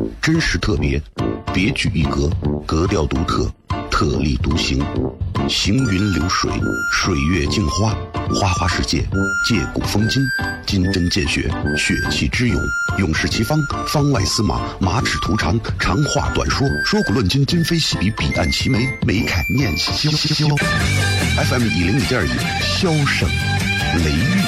真实特别，别具一格，格调独特，特立独行，行云流水，水月镜花，花花世界，借古风今，金针见血，血气之勇，勇士齐方，方外司马，马齿图长，长话短说，说古论今，今非昔比，彼岸齐眉，眉开眼笑。FM 101.1，箫声雷雨。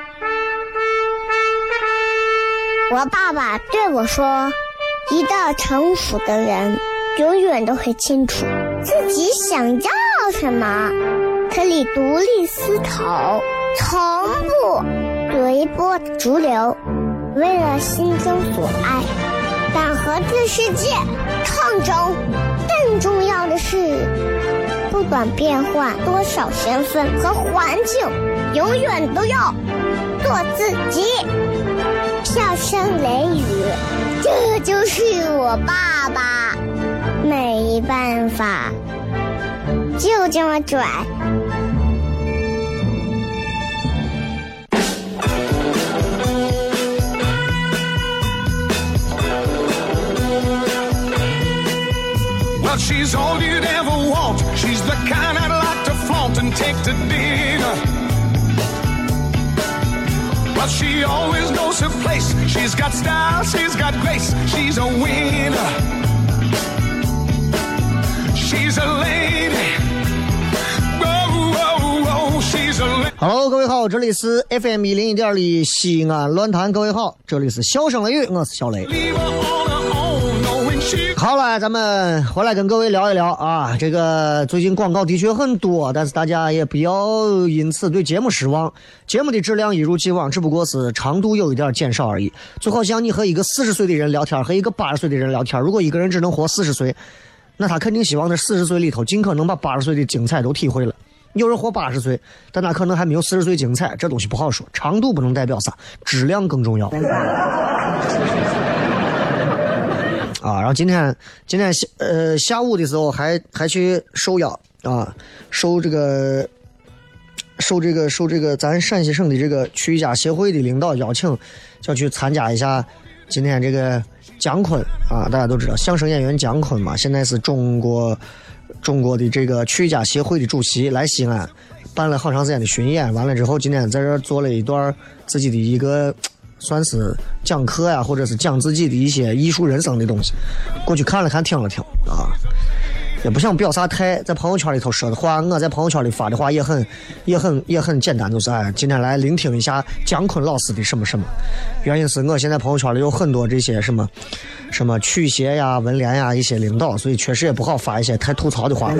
我爸爸对我说，一个成熟的人永远都会清楚自己想要什么，可以独立思考，从不随波逐流，为了心中所爱，敢和这世界抗争。更重要的是，不管变换多少身份和环境，永远都要做自己。笑声雷雨，这就是我爸爸，没办法，就这么拽。 Well, she's all you'd ever want. She's the kind I'd like to flaunt and take to dinner. Well, she always knows her place. She's got style, she's got grace. She's a winner. She's a lady. Oh, oh, oh, she's a lady. Hello， 各位好，这里是 FM 101.1西安论坛，各位好，这里是笑声雷雨，我是小雷。好了，咱们回来跟各位聊一聊啊。这个最近广告的确很多，但是大家也不要因此对节目失望。节目的质量一如既往，只不过是长度有一点减少而已。就好像你和一个40岁的人聊天，和一个80岁的人聊天，如果一个人只能活40岁，那他肯定希望在40岁里头尽可能把80岁的精彩都体会了。有人活80岁，但他可能还没有40岁精彩，这东西不好说。长度不能代表啥，质量更重要。啊，然后今天下午的时候还去受邀啊，受这个咱陕西省的这个曲艺家协会的领导邀请，要去参加一下今天这个姜昆啊，大家都知道相声演员姜昆嘛，现在是中国的这个曲艺家协会的主席，来西安办了好长时间的巡演，完了之后今天在这儿做了一段自己的一个。算是讲课呀，或者是讲自己的一些艺术人生的东西，过去看了看，听了听啊，也不想表啥态，在朋友圈里头说的话，我在朋友圈里发的话也很简单，就是今天来聆听一下姜昆老师的什么什么。原因是我现在朋友圈里有很多这些什么曲协呀、文联呀一些领导，所以确实也不好发一些太吐槽的话。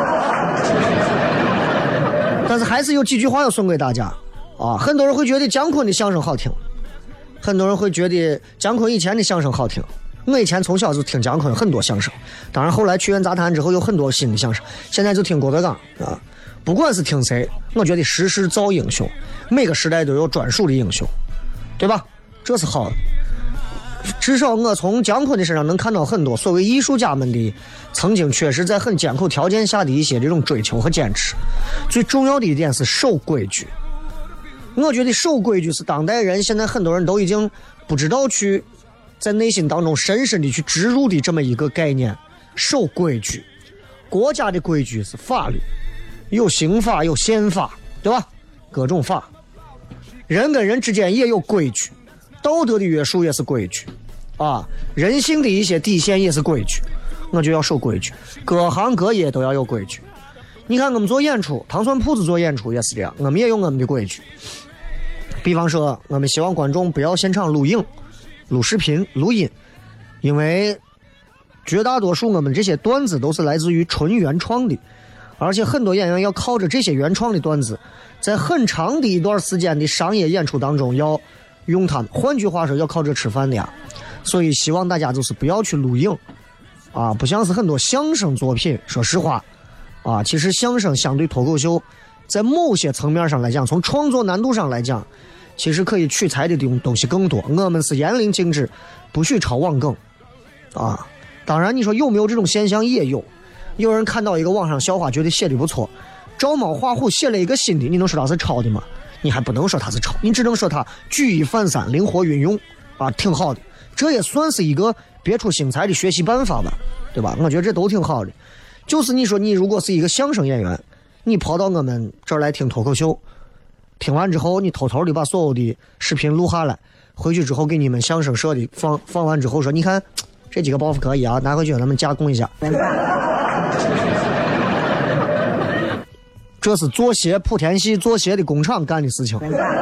但是还是有几句话要送给大家啊，很多人会觉得姜昆的相声好听。很多人会觉得姜昆以前的相声好听，我以前从小就听姜昆很多相声，当然后来曲苑杂谈之后有很多新的相声，现在就听郭德纲啊。不管是听谁，我觉得时势造英雄，每个时代都有专属的英雄，对吧？这是好的。至少我从姜昆的身上能看到很多所谓艺术家们的曾经确实在很艰苦条件下的一些这种追求和坚持。最重要的一点是守规矩。我觉得守规矩是当代人现在很多人都已经不知道去在内心当中深深的去植入的这么一个概念。守规矩，国家的规矩是法律，有刑法有宪法，对吧？各种法，人跟人之间也有规矩，道德的约束也是规矩啊，人性的一些底线也是规矩，我就要守规矩，各行各业都要有规矩。你看我们做演出，糖蒜铺子做演出也是这样，我们也有我们的规矩。比方说我们希望观众不要现场录影、录视频、录音，因为绝大多数我们这些段子都是来自于纯原创的，而且很多演员要靠着这些原创的段子在很长的一段时间的商业演出当中要用它们，换句话说要靠着吃饭的呀。所以希望大家就是不要去录影啊，不像是很多相声作品，说实话啊，其实相声相对脱口秀在某些层面上来讲，从创作难度上来讲，其实可以取材的东西更多。我们是严令禁止不许抄网梗啊。当然你说有没有这种现象，也有。有人看到一个网上笑话觉得写的不错，照猫画虎写了一个新的，你能说他是抄的吗？你还不能说他是抄，你只能说他举一反三，灵活运用啊，挺好的。 这也算是一个别出心裁的学习办法吧，对吧？我觉得这都挺好的。就是你说你如果是一个相声演员，你跑到我们这儿来听脱口秀，听完之后你偷偷的把所有的视频录下来，回去之后给你们相声社的放完之后说，你看这几个包袱可以啊，拿回去让他们加工一下。这是做鞋莆田系做鞋的工厂干的事情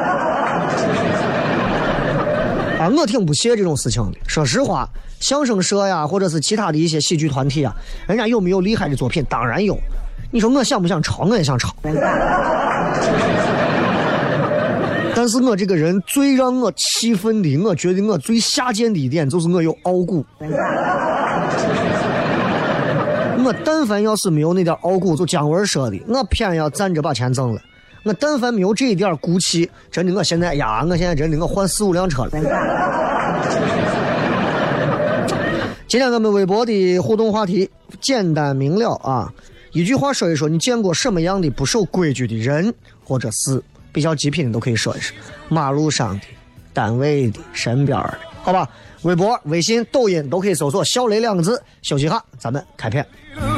啊，我挺不屑这种事情的。说实话，相声社呀，或者是其他的一些喜剧团体啊，人家有没有厉害的作品？当然有。你说我想不想抄？我也想抄。但是我这个人最让我气愤的，我觉得我最下贱的一点就是我有傲骨。我但凡要是没有那点傲骨，就姜文说的，我偏要站着把钱挣了。我但凡没有这一点骨气，真的我现在真的我换4-5辆车了。今天咱们微博的互动话题简单明了啊，一句话说一说你见过什么样的不守规矩的人或者事，比较极品的都可以说一说，马路上的、单位的、身边的，好吧？微博、微信、抖音都可以搜索小雷2个字。休息哈，咱们开片。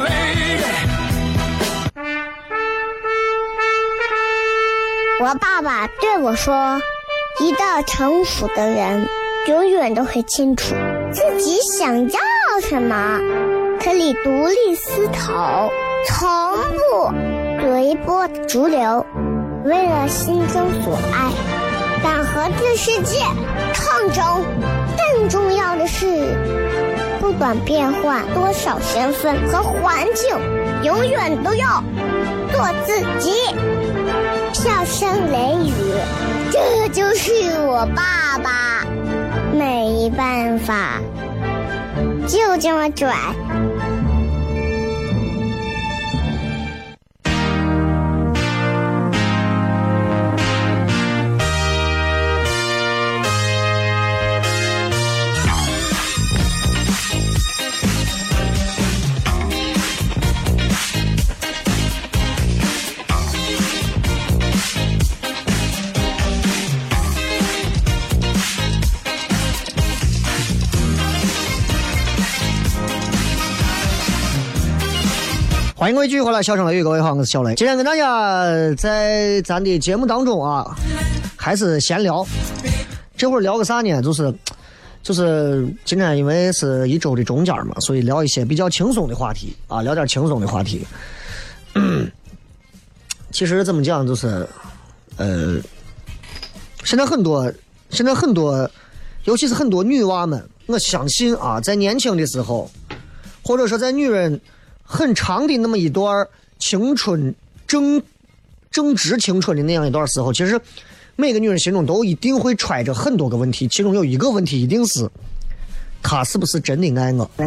我爸爸对我说，一个成熟的人永远都会清楚自己想要什么，可以独立思考，从不随波逐流，为了心中所爱，敢和这世界抗争。更重要的是，不管变换多少身份和环境，永远都要做自己。笑声雷雨，这就是我爸爸，没办法，就这么拽。 欢迎各位继续回来，笑声雷雨，各位好，我是小雷。今天跟大家在咱的节目当中啊，还是闲聊。这会儿聊个啥呢？就是今天因为是一周的中间嘛，所以聊一些比较轻松的话题啊，聊点轻松的话题。其实怎么讲，就是现在很多，尤其是很多女娃们，我相信啊，在年轻的时候，或者说在女人很长的那么一段青春正值青春的那样一段时候，其实每个女人心中都一定会揣着很多个问题，其中有一个问题一定是她是不是真的爱我，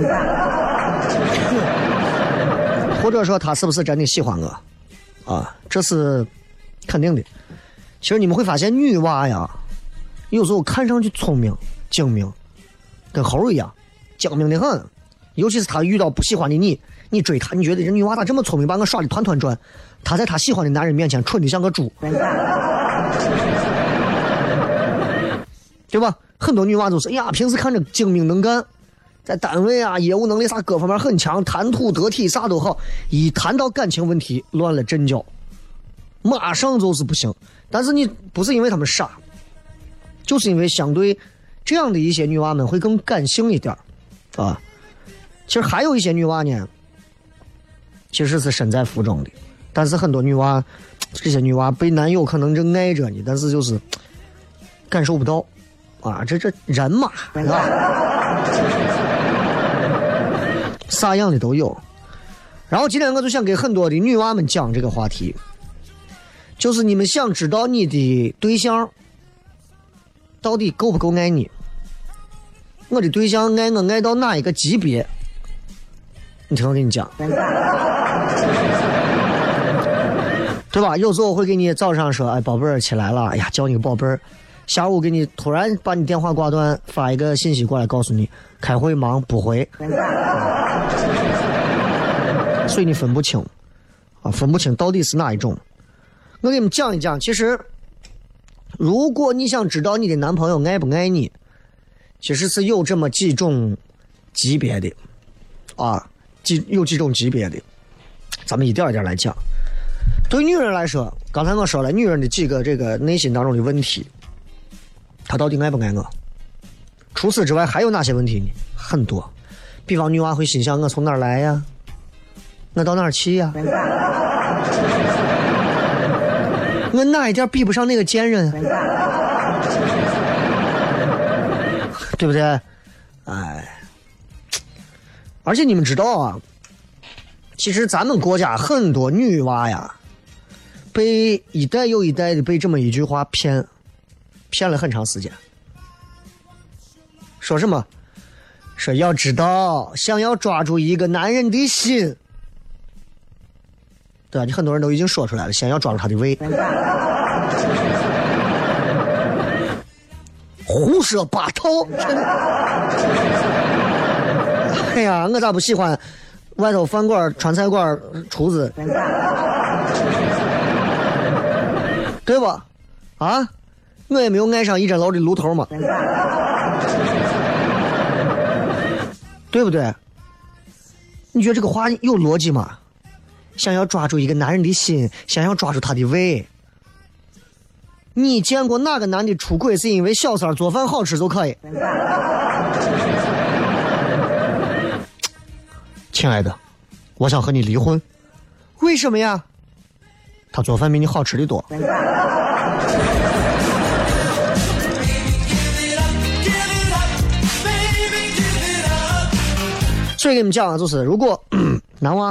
或者说她是不是真的喜欢我啊，这是肯定的。其实你们会发现女娃呀，有时候看上去聪明精明，跟猴一样精明的很，尤其是她遇到不喜欢的你追她，你觉得这女娃咋这么聪明，把我耍的团团转，她在她喜欢的男人面前蠢的像个猪，对吧？很多女娃都是，哎呀，平时看着精明能干，在单位啊业务能力啥各方面很强，谈吐得体啥都好，一谈到感情问题乱了阵脚，马上就是不行。但是你不是因为他们傻，就是因为相对这样的一些女娃们会更感性一点啊。其实还有一些女娃呢，其实是身在福中的，但是很多女娃，这些女娃被男友可能正爱着你，但是就是感受不到啊，这人嘛，啥样的都有。然后今天我就想给很多的女娃们讲这个话题，就是你们想知道你的对象到底够不够爱你，我的对象爱我爱到哪一个级别，你听我跟你讲，对吧？有时候我会给你早上说，哎，宝贝儿起来了，哎呀，叫你个宝贝儿。下午给你突然把你电话挂断，发一个信息过来告诉你开会忙不回，所以你分不清啊，分不清到底是哪一种。我给你们讲一讲，其实如果你想知道你的男朋友爱不爱你， 其实是有这么几种级别的啊，有几种级别的，咱们一点一点来讲。对女人来说，刚才我说了，女人的几个这个内心当中的问题，她到底爱不爱我？除此之外还有哪些问题呢？很多，比方女娃会心想：我从哪儿来呀？我到哪儿去呀？我哪一点比不上那个贱人？对不对？哎，而且你们知道啊，其实咱们国家很多女娃呀，被一代又一代的被这么一句话骗了很长时间。说什么？说要知道，想要抓住一个男人的心，对吧？你很多人都已经说出来了，先要抓住他的胃。胡说八道！哎呀，我咋不喜欢外头饭馆、川菜馆厨子？对吧？啊，我也没有爱上一针楼的炉头嘛。对不对？你觉得这个话有逻辑吗？想要抓住一个男人的心，想要抓住他的胃。你见过哪个男的出轨是因为小三做饭好吃就可以？亲爱的，我想和你离婚。为什么呀？他做饭比你好吃的多。所以跟你们讲啊，就是如果男娃，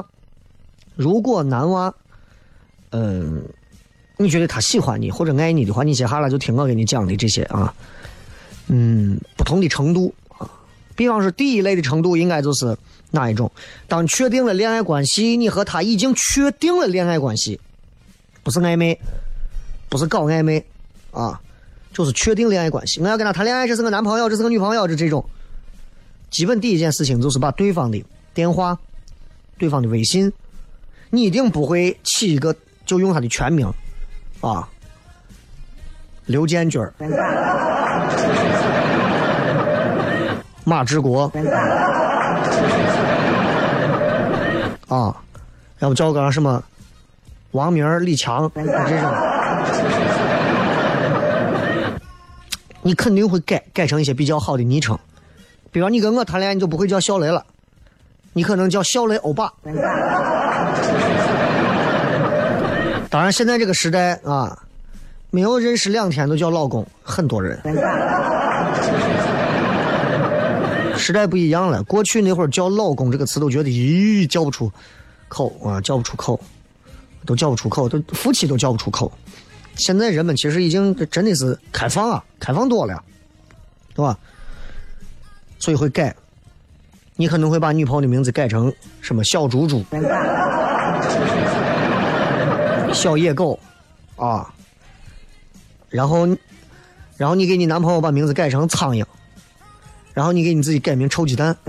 你觉得他喜欢你或者爱你的话，你接下来就听我给你讲的这些啊，不同的程度啊。比方说第一类的程度应该就是哪一种？当确定了恋爱关系，你和他已经确定了恋爱关系，不是暧昧，不是搞暧昧啊，就是确定恋爱关系。我要跟他谈恋爱，这是个男朋友，这是个女朋友，这种。基本第一件事情就是把对方的电话、对方的微信，你一定不会起一个就用他的全名啊，刘建军、马志国啊，要不叫个什么王明、李强这种，你肯定会改成一些比较好的昵称。比方你跟我谈恋爱，你就不会叫小雷了，你可能叫小雷欧巴。当然现在这个时代啊，没有认识2天都叫老公，很多人。时代不一样了，过去那会儿叫老公这个词都觉得叫不出口啊，叫不出口，都叫不出口，都夫妻都叫不出口。现在人们其实已经真的是开放啊，开放多了，对吧？所以会改，你可能会把女朋友的名字改成什么小猪猪、小野狗啊，然后你给你男朋友把名字改成苍蝇，然后你给你自己改名臭鸡蛋。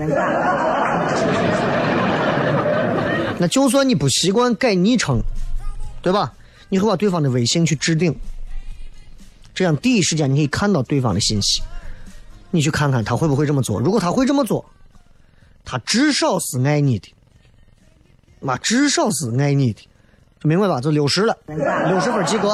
那就算你不习惯改昵称，对吧？你会把对方的微信去置顶，这样第一时间你可以看到对方的信息。你去看看他会不会这么做，如果他会这么做，他至少是爱你的，至少是爱你的，就明白吧？就60了，60分及格。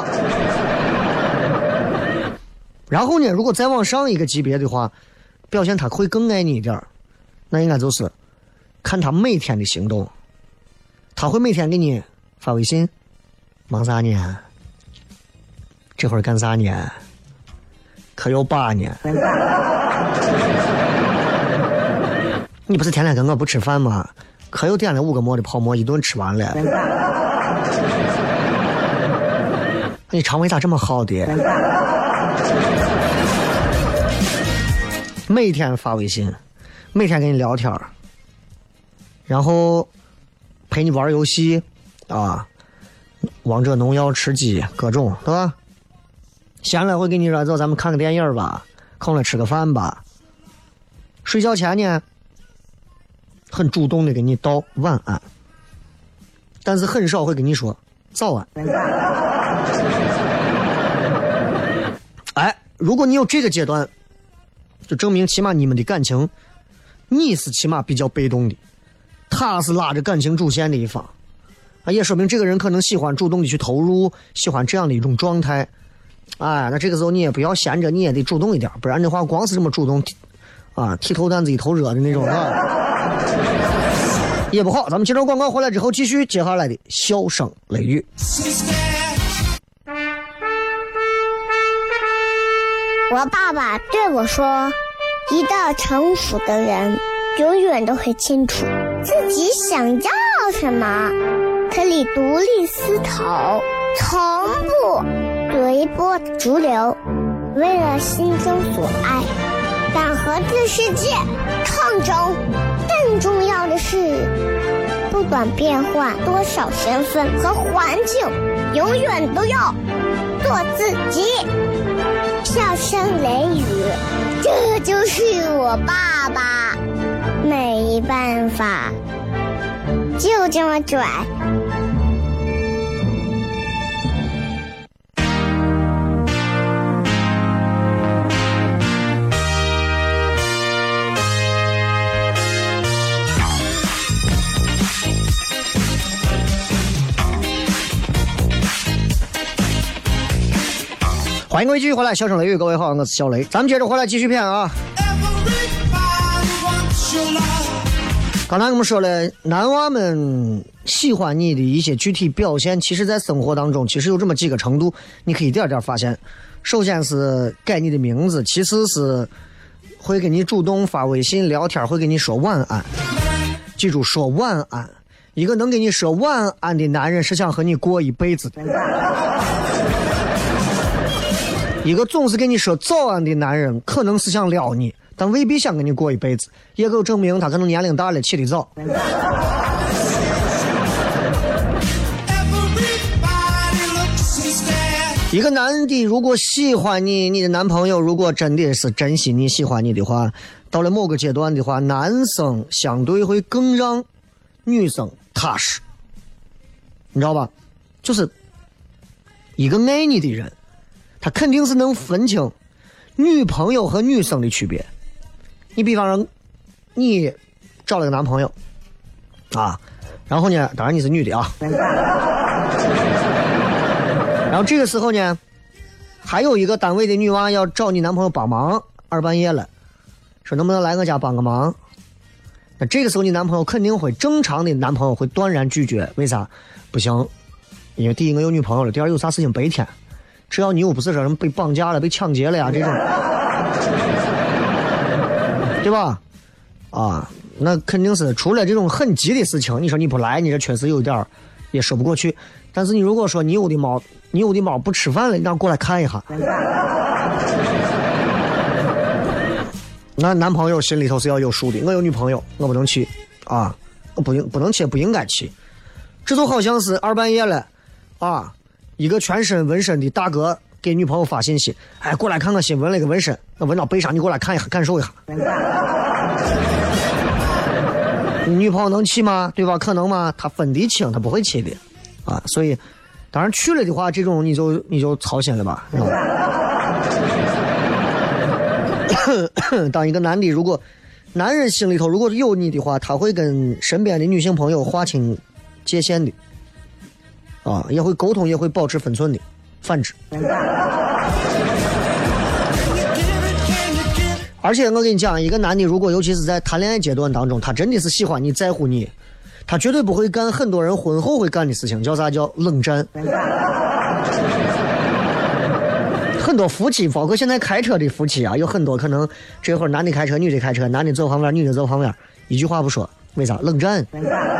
然后呢，如果再往上一个级别的话，表现他会更爱你一点，那应该就是看他每天的行动。他会每天给你发微信，忙啥呢？这会儿干啥呢？可有8呢？你不是天天跟我不吃饭吗？可又点了5个馍的泡馍，一顿吃完了。你肠胃咋这么好的？每天发微信，每天跟你聊天，然后陪你玩游戏啊，王者农药、吃鸡各种，对吧？闲了会跟你说走，咱们看个电影吧，空了吃个饭吧。睡觉前呢，很主动的给你道晚安，但是很少会跟你说早安。哎，如果你有这个阶段， 就证明起码你们的感情，你是起码比较被动的，他是拉着感情主线的一方，啊，也说明这个人可能喜欢主动的去投入，喜欢这样的一种状态。哎，那这个时候你也不要闲着，你也得主动一点，不然的话光是这么主动，啊，剃头担子一头热的那种啊，也不好。咱们接着广告回来之后，继续接下来的笑声雷雨。 我爸爸对我说，一个成熟的人永远都会清楚自己想要什么，可以独立思考，从不随波逐流，为了心中所爱，敢和这世界抗争。更重要的是，不管变换多少身份和环境，永远都要做自己。笑声雷雨，这就是我爸爸，没办法，就这么拽。 欢迎各位继续回来，笑声雷雨，各位好，我是小雷，咱们接着回来继续片啊。刚才我们说了，男娃们喜欢你的一些具体表现，其实在生活当中其实有这么几个程度，你可以点点发现。首先是改你的名字，其次是会给你主动发微信聊天，会给你说晚安。记住，说晚安，一个能给你说晚安的男人是想和你过一辈子的。一个总是跟你说早安的男人，可能是想撩你，但未必想跟你过一辈子，也够证明他可能年龄大了，起得早。一个男的如果喜欢你，你的男朋友如果真的是珍惜你、喜欢你的话，到了某个阶段的话，男生相对会更让女生踏实，你知道吧？就是一个爱你的人，他肯定是能分清女朋友和女生的区别。你比方说，你找了个男朋友啊，然后呢，当然你是女的啊，然后这个时候呢，还有一个单位的女娃要找你男朋友帮忙，二半夜了，说能不能来我家帮个忙？那这个时候你男朋友肯定会，正常的男朋友会断然拒绝，为啥？不行，因为第一我有女朋友了，第二有啥事情白天。只要你又不是说什么被绑架了、被抢劫了呀这种，对吧？啊，那肯定是除了这种很急的事情，你说你不来，你这确实有点也说不过去。但是你如果说你有的猫不吃饭了，你让过来看一下，那男朋友心里头是要有数的。我有女朋友，我不能去啊，我不能去，不应该去。这就好像是二半夜了啊。一个全身纹身的大哥给女朋友发信息，哎，过来看看新闻那个纹身，那纹到背上，你过来看一下，感受一下。你女朋友能去吗？对吧？可能吗？他分得清，他不会去的啊。所以，当然去了的话，这种你就操心了吧。当一个男的，如果男人心里头如果有你的话，他会跟身边的女性朋友划清界限的。啊，也会沟通，也会保持分寸的，反之。而且我跟你讲，一个男的如果尤其是在谈恋爱阶段当中，他真的是喜欢你、在乎你，他绝对不会干很多人婚后会干的事情，叫啥？叫冷战。很多夫妻，包括现在开车的夫妻啊，有很多可能这会儿男的开车，女的开车，男的走旁边，女的走旁边，一句话不说，为啥？冷战。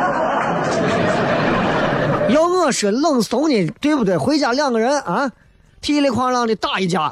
要我说冷怂你，对不对？回家两个人啊，噼里哐啷的打一架，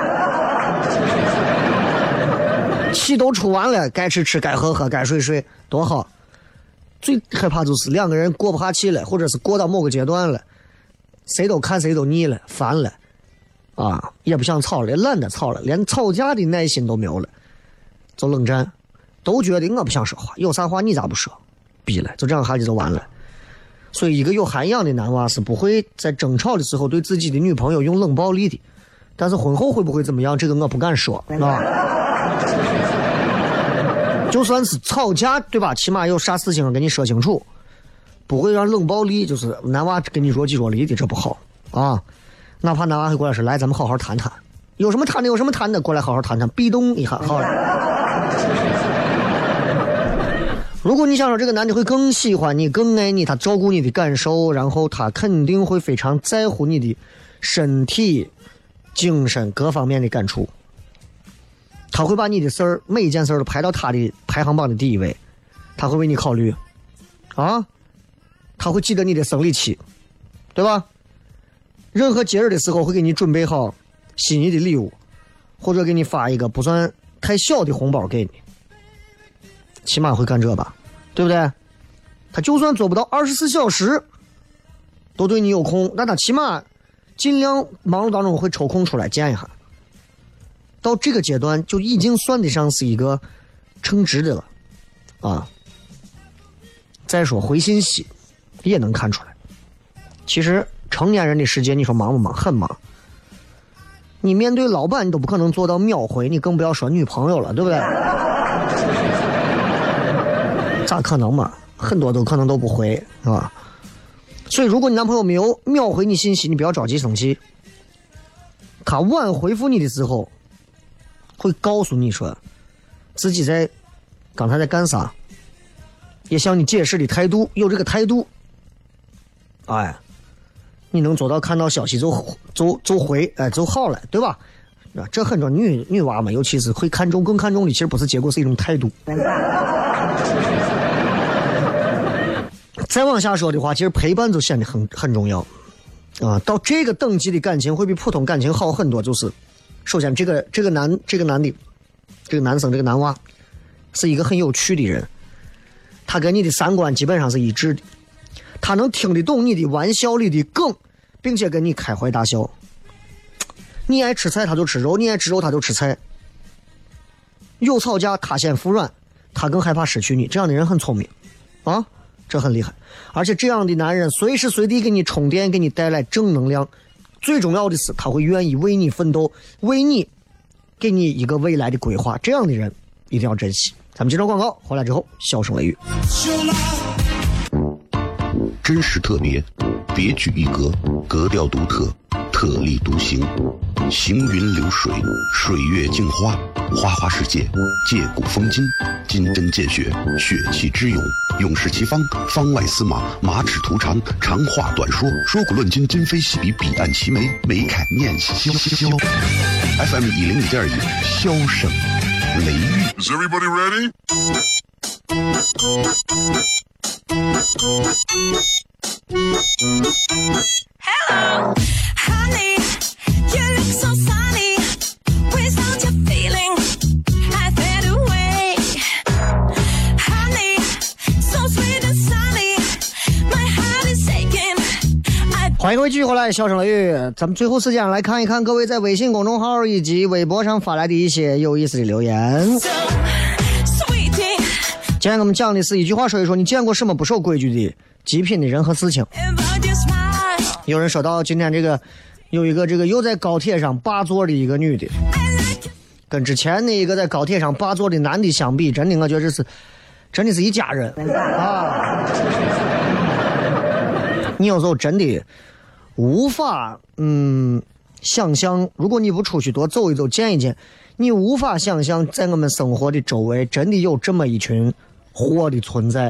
气都出完了，该吃吃，该喝喝，该睡睡，多好。最害怕就是两个人过不下去了，或者是过到某个阶段了，谁都看谁都腻了，烦了啊，也不想吵了，也懒得吵了，连吵架的耐心都没有了，就冷战，都觉得我不想说话，有啥话你咋不说？逼了，就这样下去就完了。所以一个有涵养的男娃是不会在争吵的时候对自己的女朋友用冷暴力的，但是婚后会不会怎么样，这个我不敢说啊。 就算是吵架，对吧？起码有啥事情跟你说清楚，不会让冷暴力，就是男娃跟你若即若离的，这不好啊。哪怕男娃会过来说，来，咱们好好谈谈，有什么谈的，过来好好谈谈，壁咚一下，好了。如果你想说这个男的会更喜欢你、更爱你，他照顾你的感受，然后他肯定会非常在乎你的身体、精神各方面的感触，他会把你的事儿每一件事儿都排到他的排行榜的第一位，他会为你考虑啊，他会记得你的生理期，对吧？任何节日的时候会给你准备好心仪的礼物，或者给你发一个不算太小的红包给你，起码会干这吧，对不对？他就算做不到24小时都对你有空，但他起码尽量忙碌当中会抽空出来见一下。到这个阶段就已经算得上是一个称职的了啊。再说回信息也能看出来，其实成年人的世界，你说忙不忙？很忙。你面对老板你都不可能做到秒回，你更不要说女朋友了，对不对？咋可能嘛？很多都可能都不回，是吧？所以如果你男朋友没有秒回你信息，你不要着急生气。他晚回复你的时候会告诉你说自己刚才在干啥，也向你解释的态度，有这个态度，哎，你能做到看到消息就回，哎，就好了，对吧？这很多女娃嘛，尤其是会看重，更看重的其实不是结果，是一种态度。再往下说的话，其实陪伴就显得很重要啊。到这个等级的感情会比普通感情好很多。就是首先这个男生这个男娃是一个很有趣的人，他跟你的三观基本上是一致的，他能听得懂你的玩笑里的梗，并且跟你开怀大笑。你爱吃菜他就吃肉，你爱吃肉他就吃菜。有吵架他先服软，他更害怕失去你。这样的人很聪明啊，这很厉害。而且这样的男人随时随地给你充电，给你带来正能量。最重要的是他会愿意为你奋斗，为你给你一个未来的规划。这样的人一定要珍惜。咱们接着广告，回来之后笑声雷雨。 真实特别，别具一格，格调独特，特立独行，行云流水，水月镜花，花花世界，借古风今，金针见血，血气之勇，勇士其方，方外司马，马齿图长，长话短说，说古论今，今非昔比，彼岸齐眉，眉开眼笑。FM 101.1，箫声雷雨。 Is everybody ready? Hello, honey, you look so sunny. Without your feeling, I fade away. Honey, so sweet and sunny. My heart is aching. 欢迎各位继续回来，笑声雷雨。咱们最后时间来看一看各位在微信公众号以及微博上发来的一些有意思的留言。今天我们讲的是一句话说一说你见过什么不守规矩的极品的人和事情。有人说到今天这个有一个又在高铁上霸座的一个女的，跟之前那一个在高铁上霸座的男的相比，真的我觉得真的是一家人啊！你有时候真的无法想象，如果你不出去多走一走见一见，你无法想象在我们生活的周围真的有这么一群货的存在。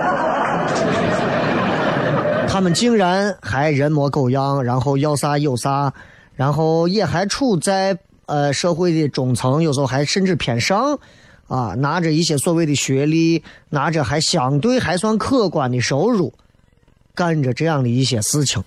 他们竟然还人模狗样，然后要啥有啥，然后也还处在社会的中层，有时候还甚至偏上啊，拿着一些所谓的学历，拿着还相对还算可观的收入，干着这样的一些事情。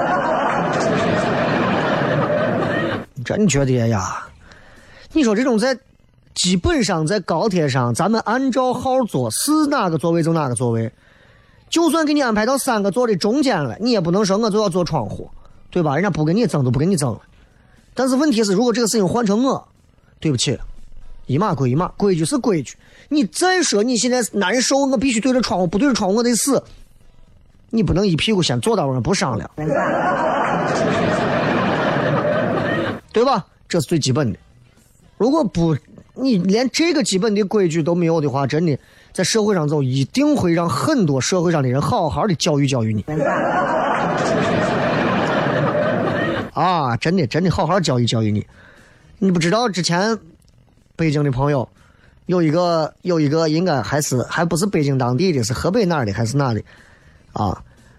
真觉得呀，你说这种基本上在高铁上，咱们按照号坐，是哪个座位就哪个座位，就算给你安排到3个座的中间了，你也不能说我就要坐窗户，对吧？人家不跟你争都不跟你争了。但是问题是，如果这个事情换成我，对不起，一码归一码，规矩是规矩。你再说你现在难受，我必须对着窗户，不对着窗户我得死，你不能一屁股先坐到那不商量，对吧？这是最基本的。如果不你连这个基本的规矩都没有的话，真的在社会上走，一定会让很多社会上的人好好的教育教育你。啊，真的好好教育教育你。你不知道之前北京的朋友有一个应该还不是北京当地的，是河北那儿的还是哪里啊？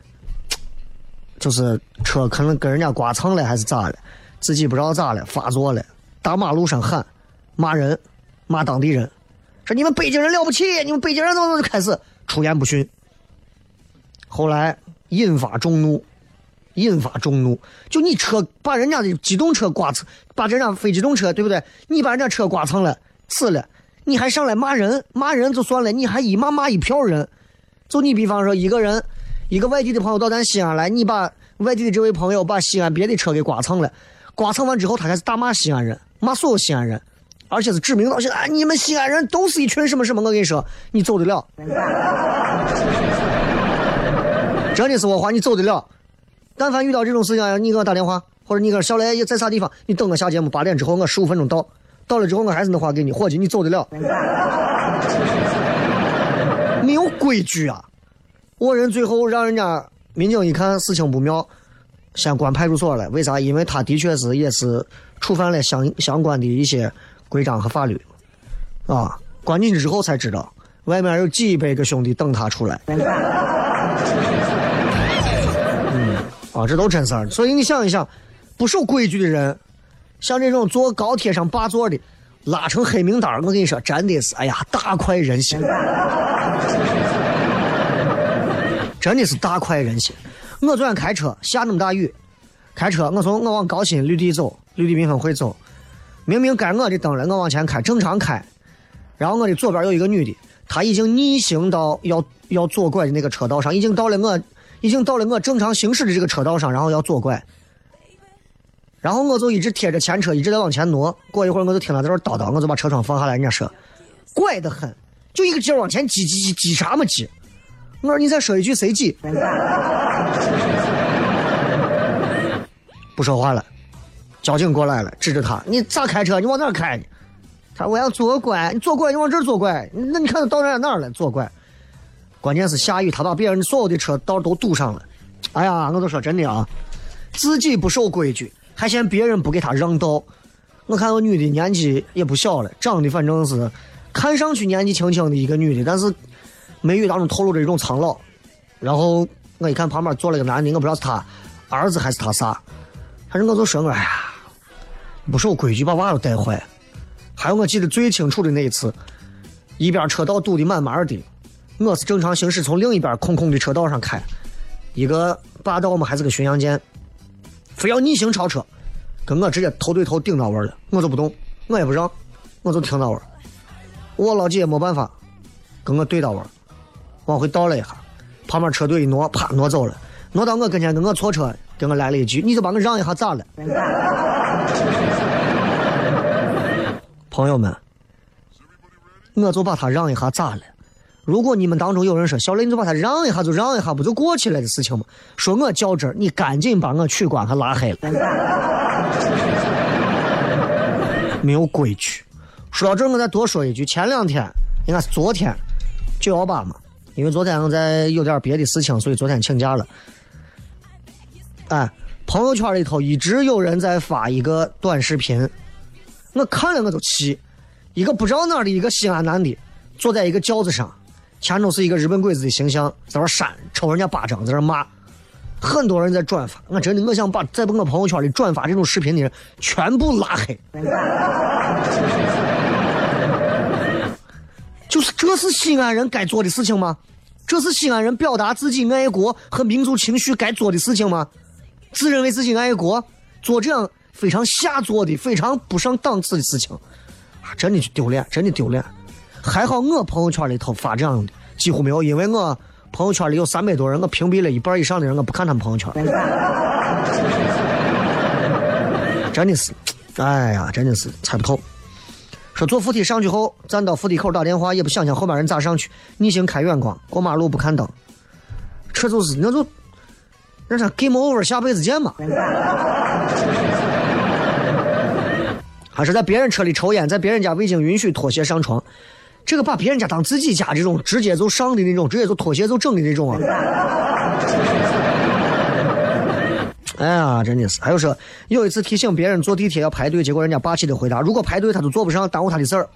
就是车可能跟人家刮蹭了还是咋了，自己不知道咋了发作了，大马路上喊骂人，骂当地人，说你们北京人了不起，你们北京人怎么就开始出言不逊。后来引发众怒，就你车把人家的机动车刮蹭，把人家非机动车对不对？你把人家车刮蹭了，死了，你还上来骂人就算了，你还一骂一票人。就你比方说一个外地的朋友到咱西安来，你把外地的这位朋友把西安别的车给刮蹭了，刮蹭完之后他开始大骂西安人，骂所有西安人，而且是指名道姓，啊，你们西安人都是一群什么什么，我跟你说，你走得了？真的是我话，你走得了？但凡遇到这种事情，你给我打电话，或者你给我小雷在啥地方，你等我下节目8点之后，我15分钟到了之后我还是那话给你，伙计，你走得了？没有规矩啊！我人最后让人家民警一看事情不妙，先关派出所了。为啥？因为他的确也是触犯了相关的一些规章和法律啊。关进去之后才知道，外面有几百个兄弟等他出来。这都真事儿。所以你想一想，不守规矩的人，像这种坐高铁上霸座的，拉成黑名单，我跟你说，真的是，哎呀，大快人心。真的是大快人心。我昨天开车下那么大雨，开车我往高新绿地走，绿地缤纷汇走，明明该我的灯了，我往前开正常开，然后我的左边有一个女的，她已经逆行到要左拐的那个车道上，已经到了我正常行驶的这个车道上，然后要左拐，然后我就一直贴着前车一直在往前挪，过一会儿我就听她在这叨叨，我就把车窗放下来，人家说怪得很，就一个劲儿往前挤啥么挤，我说你再说一句谁挤？不说话了，交警过来了，指着他，你咋开车？你往哪儿开？他说我要左拐，你左拐你往这儿左拐，那你看到哪儿了？左拐。关键是下雨，他把别人所有的车道都堵上了。哎呀，我都说真的啊，自己不守规矩，还嫌别人不给他让道。我看到女的年纪也不小了，长得反正是看上去年纪轻轻的一个女的，但是眉宇当中透露着一种苍老。然后我一看旁边坐了个男的，我不知道是他儿子还是他啥，反正我就说，哎呀，不守规矩把娃都带坏。还有我记得最清楚的那一次，一边车道堵得满满的，我是正常行驶从另一边空的车道上开，一个霸道嘛还是个巡洋舰，非要逆行超车，跟我直接头对头顶到位了，我就不动，我也不让，我就停到位。我老姐没办法，跟我对到位，往回倒了一下，旁边车队一挪，啪挪走了，挪到我跟前跟我错车，跟我来了一句：“你就把我让一下咋了？”朋友们，我就把他让一下咋了？如果你们当中有人说小雷你就把他让一下就让一下不就过去了的事情吗？说我较真儿，你赶紧把我取关和拉黑了。没有规矩。说到这儿我再多说一句，前2天应该是昨天918嘛，因为昨天我在有点别的事情，所以昨天请假了。朋友圈里头一直有人在发一个短视频，我看了我就气，一个不知道哪儿的一个西安男的坐在一个轿子上，前头是一个日本鬼子的形象，在那扇抽人家巴掌，在那骂，很多人在转发。我真的我想把在我朋友圈里转发这种视频的人全部拉黑。就是这是西安人该做的事情吗？这是西安人表达自己爱国和民族情绪该做的事情吗？自认为自己爱国，做这样非常下作的非常不上档次的事情，真的丢脸，真的丢脸。还好我朋友圈里头发这样的几乎没有，因为我朋友圈里有300多人，我屏蔽了1半以上的人，我不看他们朋友圈。真的是，哎呀，真的是猜不透。说坐扶梯上去后，站到扶梯口打电话，也不想想后面人咋上去，逆行开远光，过马路不看灯，这就是那就那啥 game over， 下辈子见嘛。 还是在别人车里抽烟，在别人家未经允许脱鞋上床，这个把别人家当自己家这种直接就上的那种，直接就脱鞋就整的那种啊！哎呀，真的是。还有说，有一次提醒别人坐地铁要排队，结果人家霸气的回答：“如果排队他就坐不上，耽误他的事儿。”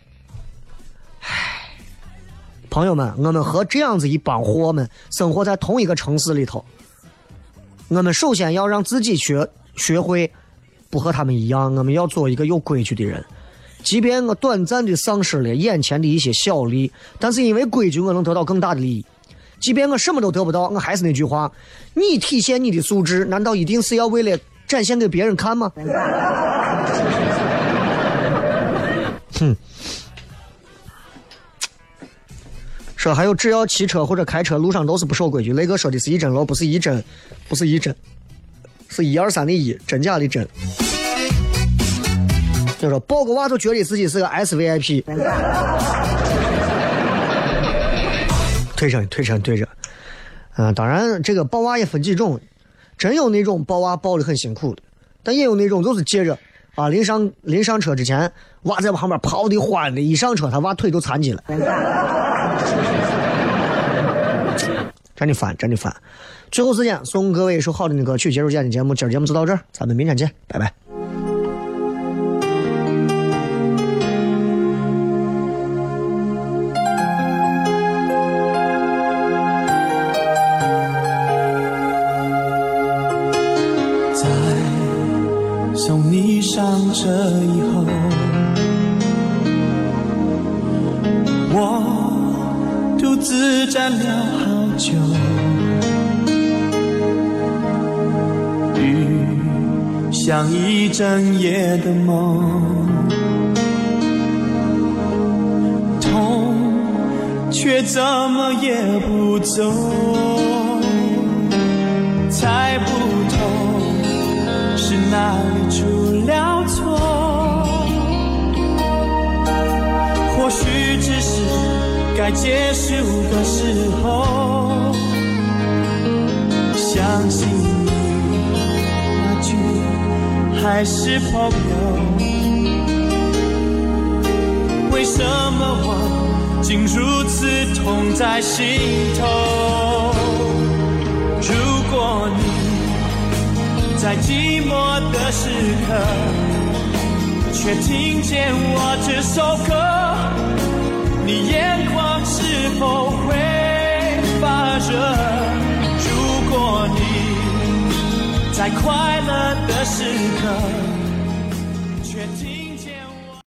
唉，朋友们，我们和这样子一帮货们生活在同一个城市里头，我们首先要让自己学会不和他们一样，我们要做一个有规矩的人。即便我短暂的丧失了眼前的一些小利，但是因为规矩我能得到更大的利益。即便我什么都得不到，我还是那句话，你体现你的素质难道一定是要为了展现给别人看吗？哼。说还有只要骑车或者开车路上都是不守规矩，雷哥说的是一针楼，不是一针，不是一针，是123的1，真假的真。就说抱个娃都觉得自己是个 SVIP， 推着。当然这个抱娃也分几种，真有那种抱娃抱得很辛苦的，但也有那种就是接着啊，临上车之前，娃在旁边跑得欢的，一上车他娃腿都残疾了。真的烦。最后时间送各位一首好听的歌曲，结束今天的节目。今儿节目就到这儿，咱们明天见，拜拜。 在送你上车以后，我独自站了好久，雨像一整夜的梦，痛却怎么也不走，猜不透是哪里出了错，或许只是该结束的时候，相信你那句还是朋友，为什么我竟如此痛在心头？如果你在寂寞的时刻却听见我这首歌，你眼眶是否会发热？如果你在快乐的时刻